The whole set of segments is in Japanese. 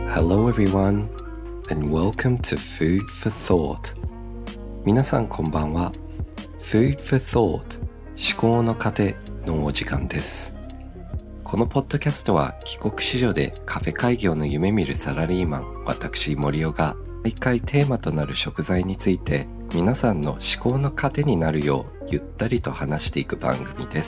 Hello everyone and welcome to Food for Thought。 皆さんこんばんは。 Food for Thought 思考の糧のお時間です。このポッドキャストは帰国子女でカフェ開業の夢見るサラリーマン私森尾が毎回テーマとなる食材について皆さんの思考の糧になるようゆったりと話していく番組です。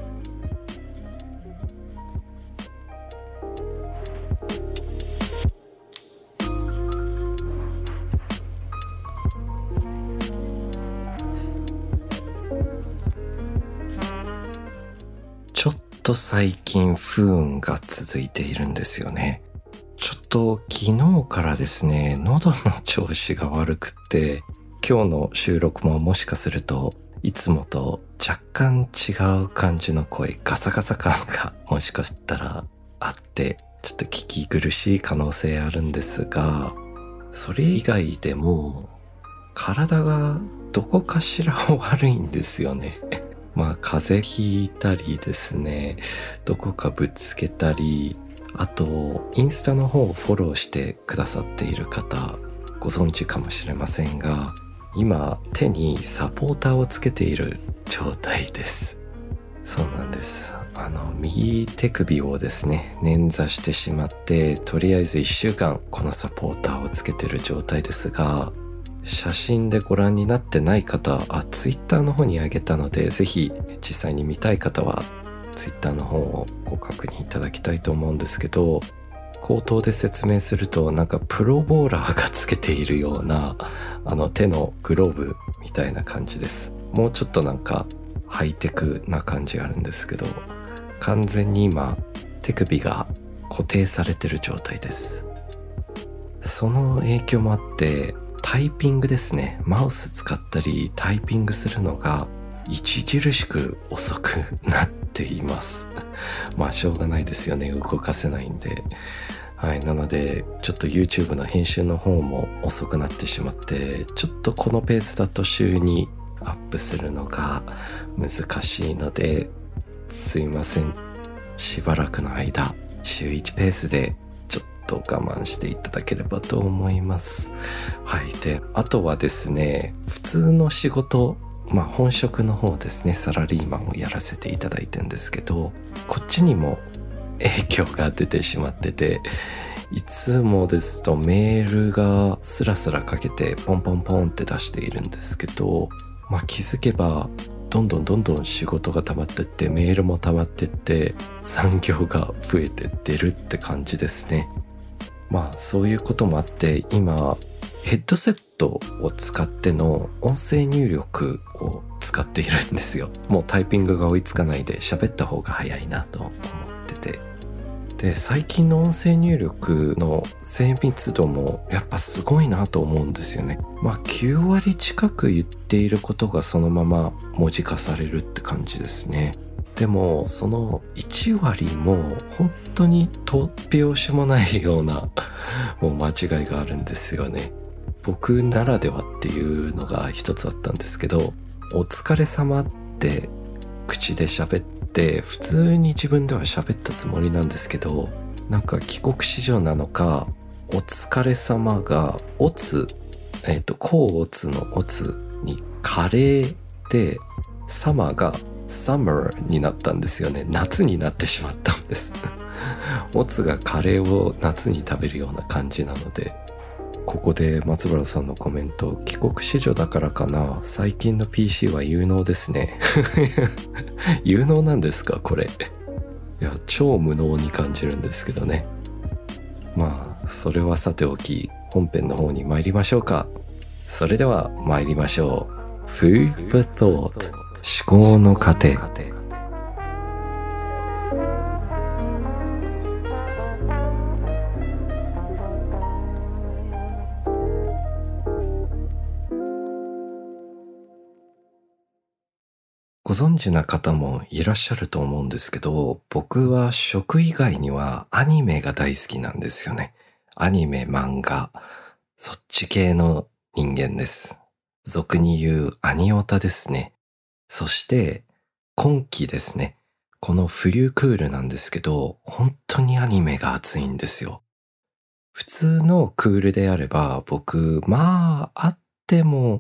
ちょっと最近不運が続いているんですよね。ちょっと昨日からですね、喉の調子が悪くって今日の収録ももしかするといつもと若干違う感じの声、ガサガサ感がもしかしたらあってちょっと聞き苦しい可能性あるんですが、それ以外でも体がどこかしら悪いんですよね。風邪ひいたりですね、どこかぶつけたり、あとインスタの方をフォローしてくださっている方ご存知かもしれませんが、今手にサポーターをつけている状態です。そうなんです。右手首をですね捻挫してしまって、とりあえず1週間このサポーターをつけている状態ですが、写真でご覧になってない方、ツイッターの方に上げたので、ぜひ実際に見たい方はツイッターの方をご確認いただきたいと思うんですけど、口頭で説明するとなんかプロボーラーがつけているような手のグローブみたいな感じです。もうちょっとなんかハイテクな感じあるんですけど、完全に今手首が固定されてる状態です。その影響もあってタイピングですね、マウス使ったりタイピングするのが著しく遅くなっていますしょうがないですよね、動かせないんで。なのでちょっと YouTube の編集の方も遅くなってしまって、ちょっとこのペースだと週にアップするのが難しいので、すいません、しばらくの間週1ペースでちょっと我慢していただければと思います。で、あとはですね、普通の仕事、本職の方ですね、サラリーマンをやらせていただいてるんですけど、こっちにも影響が出てしまってて、いつもですとメールがスラスラかけてポンポンポンって出しているんですけど、気づけばどんどん仕事が溜まってって、メールも溜まってって残業が増えてってるって感じですね。そういうこともあって、今ヘッドセットを使っての音声入力を使っているんですよ。もうタイピングが追いつかないで喋った方が早いなと思ってて、で最近の音声入力の精密度もやっぱすごいなと思うんですよね。9割近く言っていることがそのまま文字化されるって感じですね。でもその1割も本当に突拍子もないようなもう間違いがあるんですよね。僕ならではっていうのが一つあったんですけど、お疲れ様って口で喋って、普通に自分では喋ったつもりなんですけど、なんか帰国子女なのか、お疲れ様がおつ、甲おつのおつにカレーで、サマがサマーになったんですよね。夏になってしまったんですおつがカレーを夏に食べるような感じなので、ここで松原さんのコメント、帰国子女だからかな、最近の PC は有能ですね有能なんですかこれ。いや、超無能に感じるんですけどね。それはさておき、本編の方に参りましょうか。それでは参りましょう。 Food for Thought 思考の糧。ご存知な方もいらっしゃると思うんですけど、僕は食以外にはアニメが大好きなんですよね。アニメ、漫画、そっち系の人間です。俗に言うアニオタですね。そして今期ですね、この冬クールなんですけど、本当にアニメが熱いんですよ。 普通のクールであれば、僕、まあ、あっても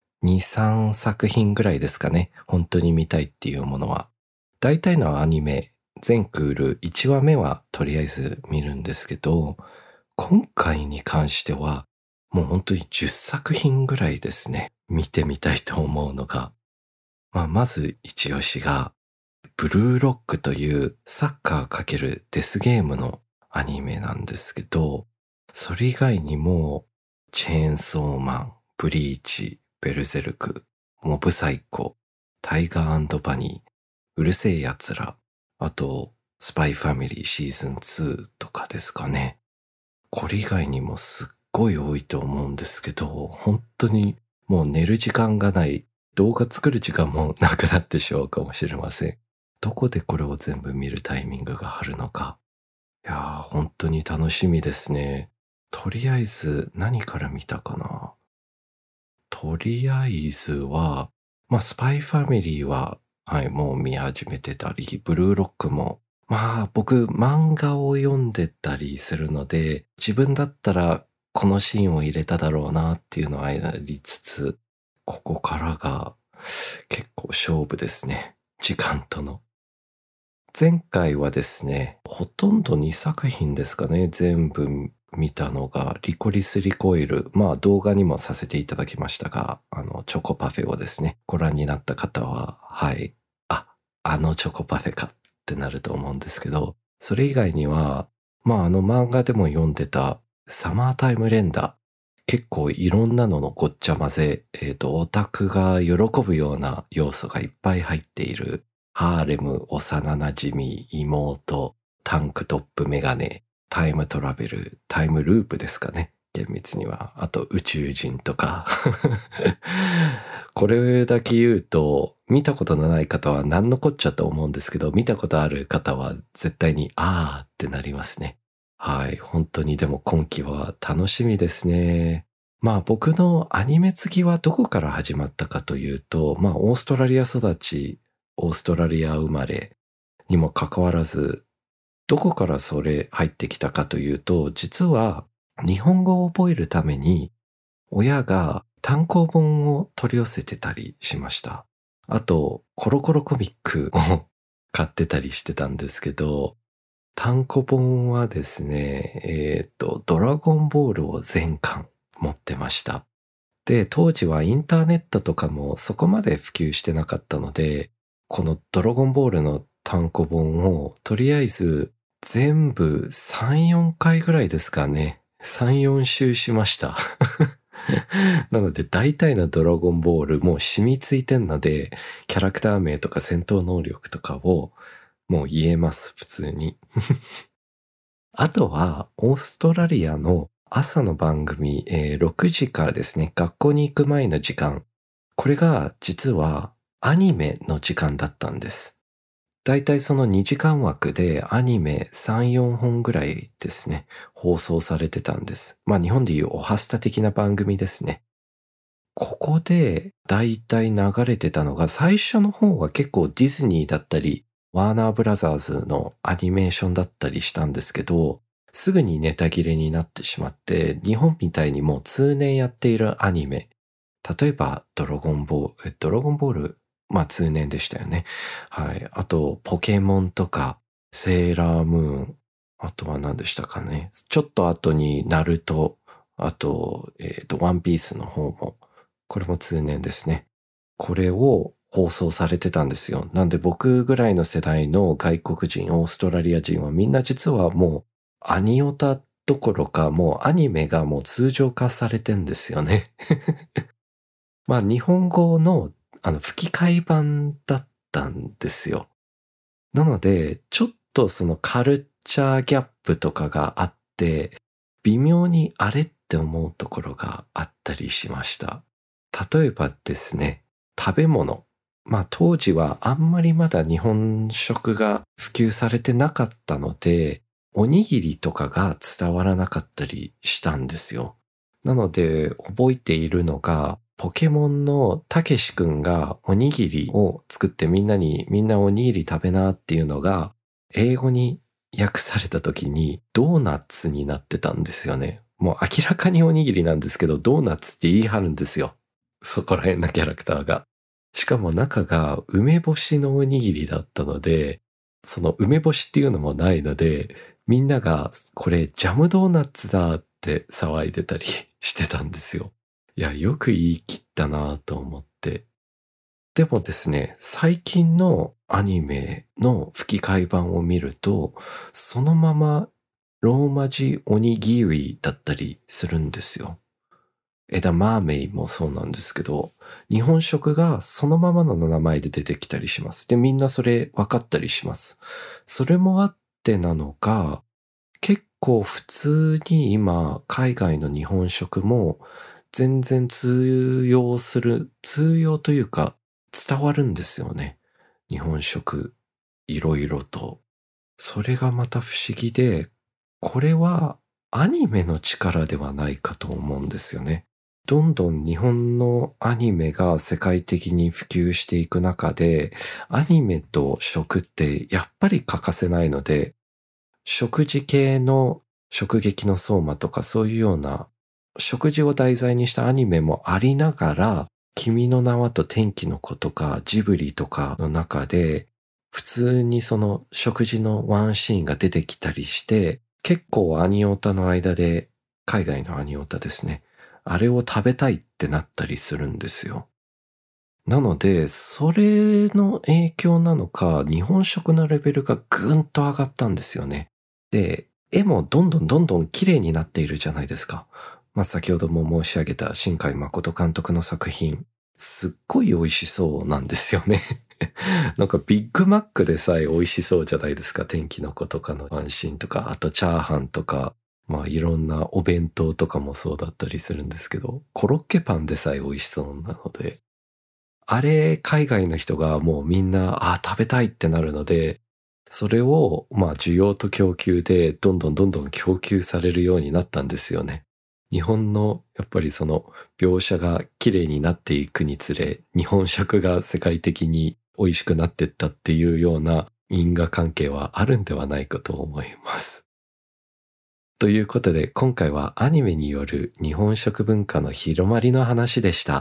2、3作品ぐらいですかね。本当に見たいっていうものは。大体のアニメ、全クール1話目はとりあえず見るんですけど、今回に関しては、もう本当に10作品ぐらいですね。見てみたいと思うのが。まず一押しが、ブルーロックというサッカー×デスゲームのアニメなんですけど、それ以外にも、チェーンソーマン、ブリーチ、ベルゼルク、モブサイコ、タイガー&バニー、うるせえやつら、あと、スパイファミリーシーズン2とかですかね。これ以外にもすっごい多いと思うんですけど、本当にもう寝る時間がない、動画作る時間もなくなってしまうかもしれません。どこでこれを全部見るタイミングがあるのか。いやー、本当に楽しみですね。とりあえず何から見たかな。とりあえずは、スパイファミリーは、はい、もう見始めてたり、ブルーロックも、僕、漫画を読んでたりするので、自分だったらこのシーンを入れただろうなっていうのはありつつ、ここからが結構勝負ですね。時間との。前回はですね、ほとんど2作品ですかね、全部見たのが、リコリスリコイル。動画にもさせていただきましたが、チョコパフェをですね、ご覧になった方は、はい、あのチョコパフェかってなると思うんですけど、それ以外には、漫画でも読んでたサマータイム連打。結構いろんなののごっちゃ混ぜ、オタクが喜ぶような要素がいっぱい入っているハーレム、幼馴染、妹、タンクトップメガネ、タイムトラベル、タイムループですかね。厳密には。あと宇宙人とか。これだけ言うと、見たことのない方は何のこっちゃと思うんですけど、見たことある方は絶対にあーってなりますね。はい。本当にでも今期は楽しみですね。僕のアニメ好きはどこから始まったかというと、オーストラリア育ち、オーストラリア生まれにもかかわらず、どこからそれ入ってきたかというと、実は日本語を覚えるために親が単行本を取り寄せてたりしました。あと、コロコロコミックを買ってたりしてたんですけど、単行本はですね、ドラゴンボールを全巻持ってました。で、当時はインターネットとかもそこまで普及してなかったので、このドラゴンボールの単行本をとりあえず全部3、4回ぐらいですかね。3、4周しました。なので大体のドラゴンボールもう染みついてんので、キャラクター名とか戦闘能力とかをもう言えます、普通に。あとは、オーストラリアの朝の番組、6時からですね、学校に行く前の時間。これが実はアニメの時間だったんです。だいたいその2時間枠でアニメ3、4本ぐらいですね、放送されてたんです。日本でいうおはスタ的な番組ですね。ここでだいたい流れてたのが、最初の方は結構ディズニーだったり、ワーナーブラザーズのアニメーションだったりしたんですけど、すぐにネタ切れになってしまって、日本みたいにもう通年やっているアニメ、例えばドラゴンボール、通年でしたよね。はい。あと、ポケモンとか、セーラームーン、あとは何でしたかね。ちょっと後にナルト、あと、ワンピースの方も、これも通年ですね。これを放送されてたんですよ。なんで僕ぐらいの世代の外国人、オーストラリア人はみんな実はもうアニオタどころかもうアニメがもう通常化されてんですよね。日本語の吹き替え版だったんですよ。なので、ちょっとそのカルチャーギャップとかがあって、微妙にあれって思うところがあったりしました。例えばですね、食べ物。当時はあんまりまだ日本食が普及されてなかったので、おにぎりとかが伝わらなかったりしたんですよ。なので覚えているのが、ポケモンのたけしくんがおにぎりを作ってみんなおにぎり食べなっていうのが英語に訳された時にドーナツになってたんですよね。もう明らかにおにぎりなんですけど、ドーナツって言い張るんですよ。そこら辺のキャラクターが。しかも中が梅干しのおにぎりだったので、その梅干しっていうのもないので、みんながこれジャムドーナツだって騒いでたりしてたんですよ。いや、よく言い切ったなと思って。でもですね、最近のアニメの吹き替え版を見ると、そのままローマ字おにぎりだったりするんですよ。枝マーメイもそうなんですけど、日本食がそのままの名前で出てきたりします。で、みんなそれ分かったりします。それもあってなのか、結構普通に今、海外の日本食も全然通用というか伝わるんですよね。日本食、いろいろと。それがまた不思議で、これはアニメの力ではないかと思うんですよね。どんどん日本のアニメが世界的に普及していく中で、アニメと食ってやっぱり欠かせないので、食事系の食撃の相馬とかそういうような食事を題材にしたアニメもありながら、君の名はと天気の子とかジブリとかの中で、普通にその食事のワンシーンが出てきたりして、結構アニオタの間で、海外のアニオタですね。あれを食べたいってなったりするんですよ。なので、それの影響なのか、日本食のレベルがぐんと上がったんですよね。で、絵もどんどん綺麗になっているじゃないですか。先ほども申し上げた新海誠監督の作品、すっごい美味しそうなんですよね。なんかビッグマックでさえ美味しそうじゃないですか。天気の子とかのワンシーンとか、あとチャーハンとか、いろんなお弁当とかもそうだったりするんですけど、コロッケパンでさえ美味しそうなので、あれ、海外の人がもうみんな、食べたいってなるので、それを、需要と供給でどんどん供給されるようになったんですよね。日本の、やっぱりその、描写が綺麗になっていくにつれ、日本食が世界的に美味しくなっていったっていうような因果関係はあるんではないかと思います。ということで、今回はアニメによる日本食文化の広まりの話でした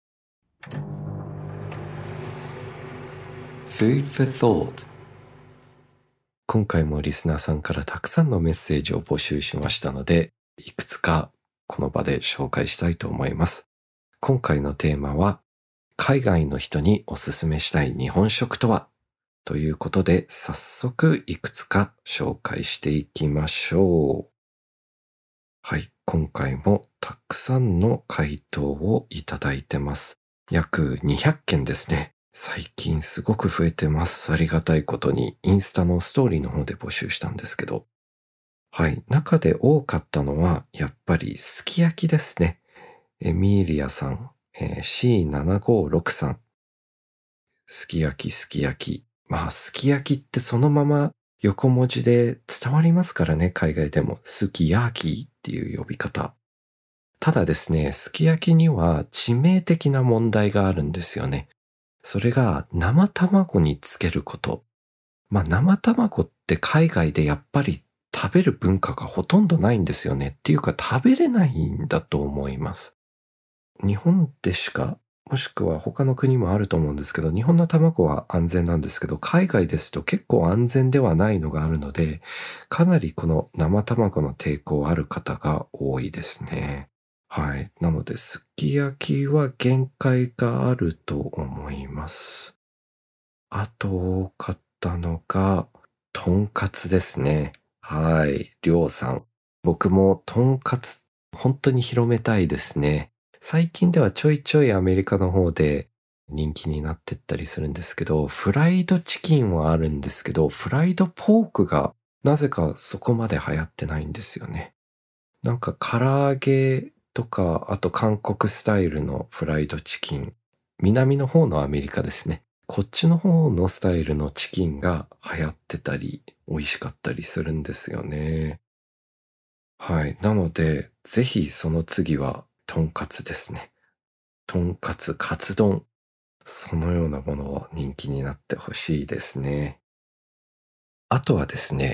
。Food for Thought。今回もリスナーさんからたくさんのメッセージを募集しましたので、いくつかこの場で紹介したいと思います。今回のテーマは、海外の人におすすめしたい日本食とは？ということで、早速いくつか紹介していきましょう。はい、今回もたくさんの回答をいただいてます。約200件ですね。最近すごく増えてます。ありがたいことにインスタのストーリーの方で募集したんですけど。はい。中で多かったのはやっぱりすき焼きですね。エミリアさん、C756 さん。すき焼き。すき焼きってそのまま横文字で伝わりますからね。海外でもすき焼きっていう呼び方。ただですね、すき焼きには致命的な問題があるんですよね。それが生卵につけること。生卵って海外でやっぱり食べる文化がほとんどないんですよね。っていうか食べれないんだと思います。日本でしか、もしくは他の国もあると思うんですけど、日本の卵は安全なんですけど、海外ですと結構安全ではないのがあるので、かなりこの生卵の抵抗ある方が多いですね。はい。なので、すき焼きは限界があると思います。あと多かったのが、とんかつですね。はい。りょうさん。僕もとんかつ、本当に広めたいですね。最近ではちょいちょいアメリカの方で人気になってったりするんですけど、フライドチキンはあるんですけど、フライドポークがなぜかそこまで流行ってないんですよね。なんか唐揚げとか、あと韓国スタイルのフライドチキン。南の方のアメリカですね。こっちの方のスタイルのチキンが流行ってたり、美味しかったりするんですよね。はい。なので、ぜひその次は、とんかつですね。とんかつ、カツ丼。そのようなものを人気になってほしいですね。あとはですね、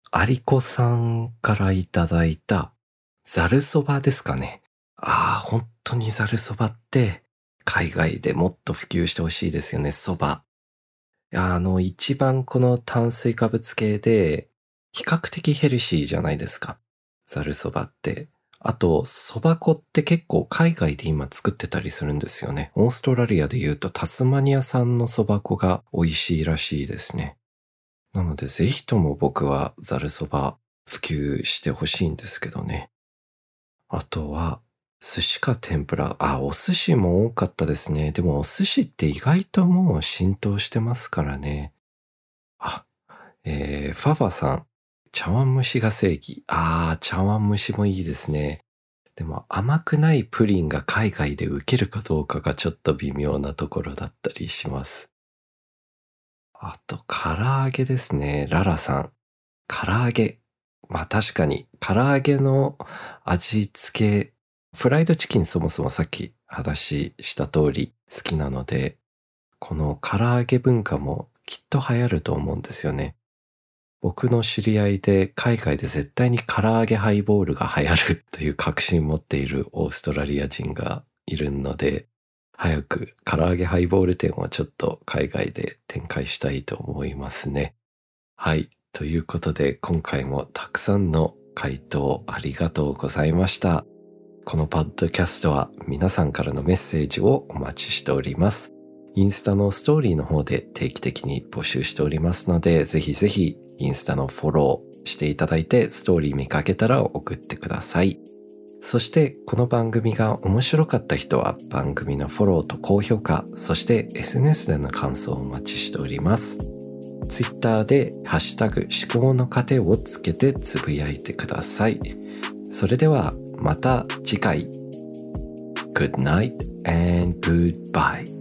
アリコさんからいただいたざるそばですかね。本当にざるそばって海外でもっと普及してほしいですよね、そば。一番この炭水化物系で比較的ヘルシーじゃないですか。ざるそばって。あと、そば粉って結構海外で今作ってたりするんですよね。オーストラリアで言うとタスマニア産のそば粉が美味しいらしいですね。なのでぜひとも僕はざるそば普及してほしいんですけどね。あとは、寿司か天ぷら。お寿司も多かったですね。でもお寿司って意外ともう浸透してますからね。ファファさん。茶碗蒸しが正義。茶碗蒸しもいいですね。でも甘くないプリンが海外で受けるかどうかがちょっと微妙なところだったりします。あと、唐揚げですね。ララさん。唐揚げ。確かに、唐揚げの味付け、フライドチキンそもそもさっき話した通り好きなので、この唐揚げ文化もきっと流行ると思うんですよね。僕の知り合いで海外で絶対に唐揚げハイボールが流行るという確信を持っているオーストラリア人がいるので、早く唐揚げハイボール店をちょっと海外で展開したいと思いますね。はい。ということで今回もたくさんの回答ありがとうございました。このポッドキャストは皆さんからのメッセージをお待ちしております。インスタのストーリーの方で定期的に募集しておりますので、ぜひぜひインスタのフォローしていただいてストーリー見かけたら送ってください。そしてこの番組が面白かった人は番組のフォローと高評価、そして SNS での感想をお待ちしております。Twitter でハッシュタグ思考の糧をつけてつぶやいてください。それではまた次回。Good night and goodbye.